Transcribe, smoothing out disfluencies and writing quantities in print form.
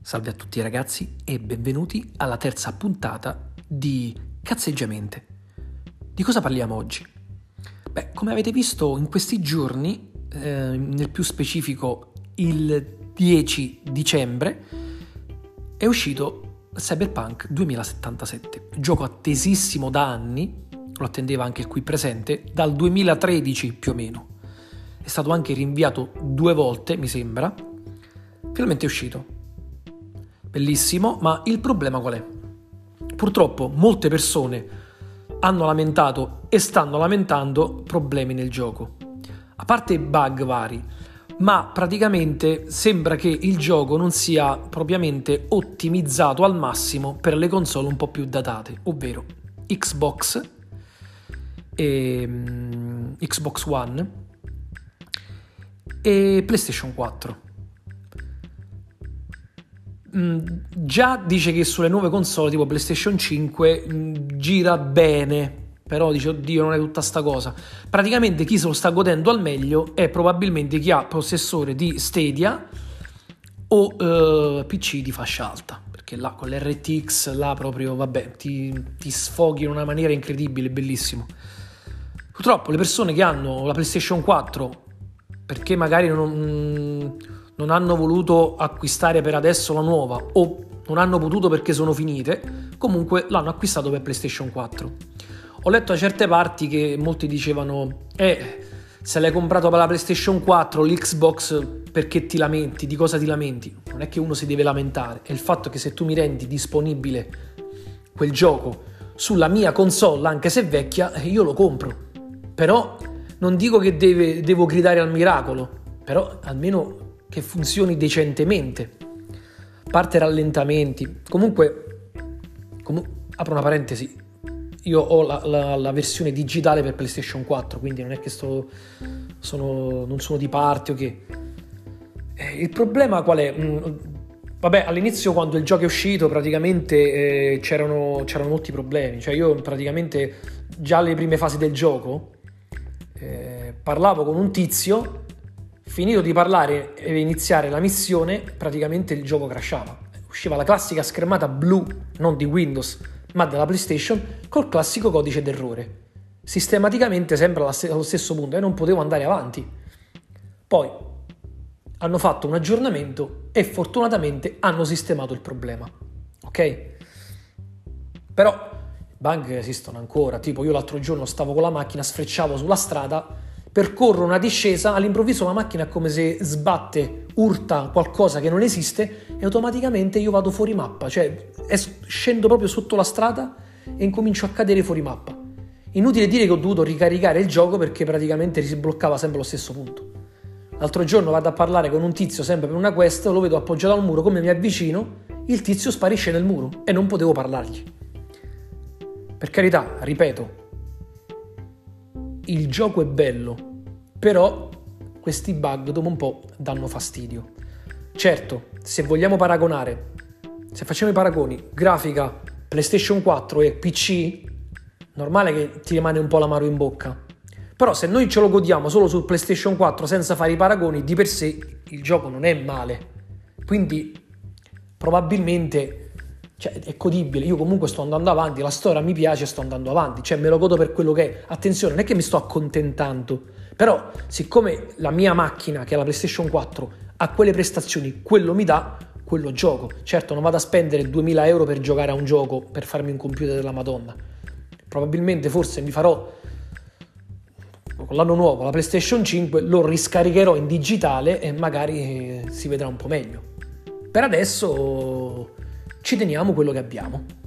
Salve a tutti ragazzi e benvenuti alla terza puntata di Cazzeggiamente. Di cosa parliamo oggi? Come avete visto in questi giorni, nel più specifico il 10 dicembre, è uscito Cyberpunk 2077, gioco attesissimo da anni, lo attendeva anche il qui presente, dal 2013 più o meno. È stato anche rinviato 2 volte, mi sembra. Finalmente è uscito. Bellissimo, ma il problema qual è? Purtroppo molte persone hanno lamentato e stanno lamentando problemi nel gioco. A parte bug vari, ma praticamente sembra che il gioco non sia propriamente ottimizzato al massimo per le console un po' più datate, ovvero Xbox e Xbox One e PlayStation 4. Già dice che sulle nuove console tipo PlayStation 5 gira bene, però dice oddio, non è tutta sta cosa. Praticamente chi se lo sta godendo al meglio è probabilmente chi ha possessore di Stadia o PC di fascia alta, perché là con l'RTX là proprio ti sfoghi in una maniera incredibile, bellissimo. Purtroppo le persone che hanno la PlayStation 4 perché magari non hanno voluto acquistare per adesso la nuova o non hanno potuto perché sono finite, comunque l'hanno acquistato per PlayStation 4. Ho letto da certe parti che molti dicevano se l'hai comprato per la PlayStation 4, l'Xbox, perché ti lamenti? Di cosa ti lamenti? Non è che uno si deve lamentare, è il fatto che se tu mi rendi disponibile quel gioco sulla mia console, anche se vecchia, io lo compro. Però non dico che devo gridare al miracolo, però almeno che funzioni decentemente, a parte rallentamenti. Comunque apro una parentesi, io ho la versione digitale per PlayStation 4, quindi non è che non sono di parte o che. Il problema qual è? All'inizio quando il gioco è uscito praticamente c'erano molti problemi, cioè io praticamente già alle prime fasi del gioco parlavo con un tizio. Finito di parlare e iniziare la missione, praticamente il gioco crashava. Usciva la classica schermata blu, non di Windows, ma della PlayStation, col classico codice d'errore. Sistematicamente sempre allo stesso punto e non potevo andare avanti. Poi hanno fatto un aggiornamento e fortunatamente hanno sistemato il problema. Ok? Però bug esistono ancora. Tipo io l'altro giorno stavo con la macchina, sfrecciavo sulla strada, percorro una discesa, all'improvviso la macchina è come se sbatte, urta qualcosa che non esiste e automaticamente io vado fuori mappa, cioè scendo proprio sotto la strada e incomincio a cadere fuori mappa. Inutile dire che ho dovuto ricaricare il gioco perché praticamente si bloccava sempre allo stesso punto. L'altro giorno vado a parlare con un tizio sempre per una quest, lo vedo appoggiato al muro, come mi avvicino, il tizio sparisce nel muro e non potevo parlargli. Per carità, ripeto, il gioco è bello, però questi bug dopo un po' danno fastidio. Certo, se vogliamo paragonare, se facciamo i paragoni grafica PlayStation 4 e PC, normale che ti rimane un po' l'amaro in bocca. Però se noi ce lo godiamo solo sul PlayStation 4 senza fare i paragoni, di per sé il gioco non è male. Quindi probabilmente è godibile. Io comunque sto andando avanti, la storia mi piace, sto andando avanti, cioè me lo godo per quello che è. Attenzione, non è che mi sto accontentando, però siccome la mia macchina, che è la PlayStation 4, ha quelle prestazioni, quello mi dà, quello gioco. Certo, non vado a spendere 2000 euro per giocare a un gioco, per farmi un computer della Madonna. Probabilmente forse mi farò con l'anno nuovo la PlayStation 5, lo riscaricherò in digitale e magari si vedrà un po' meglio. Per adesso ci teniamo quello che abbiamo.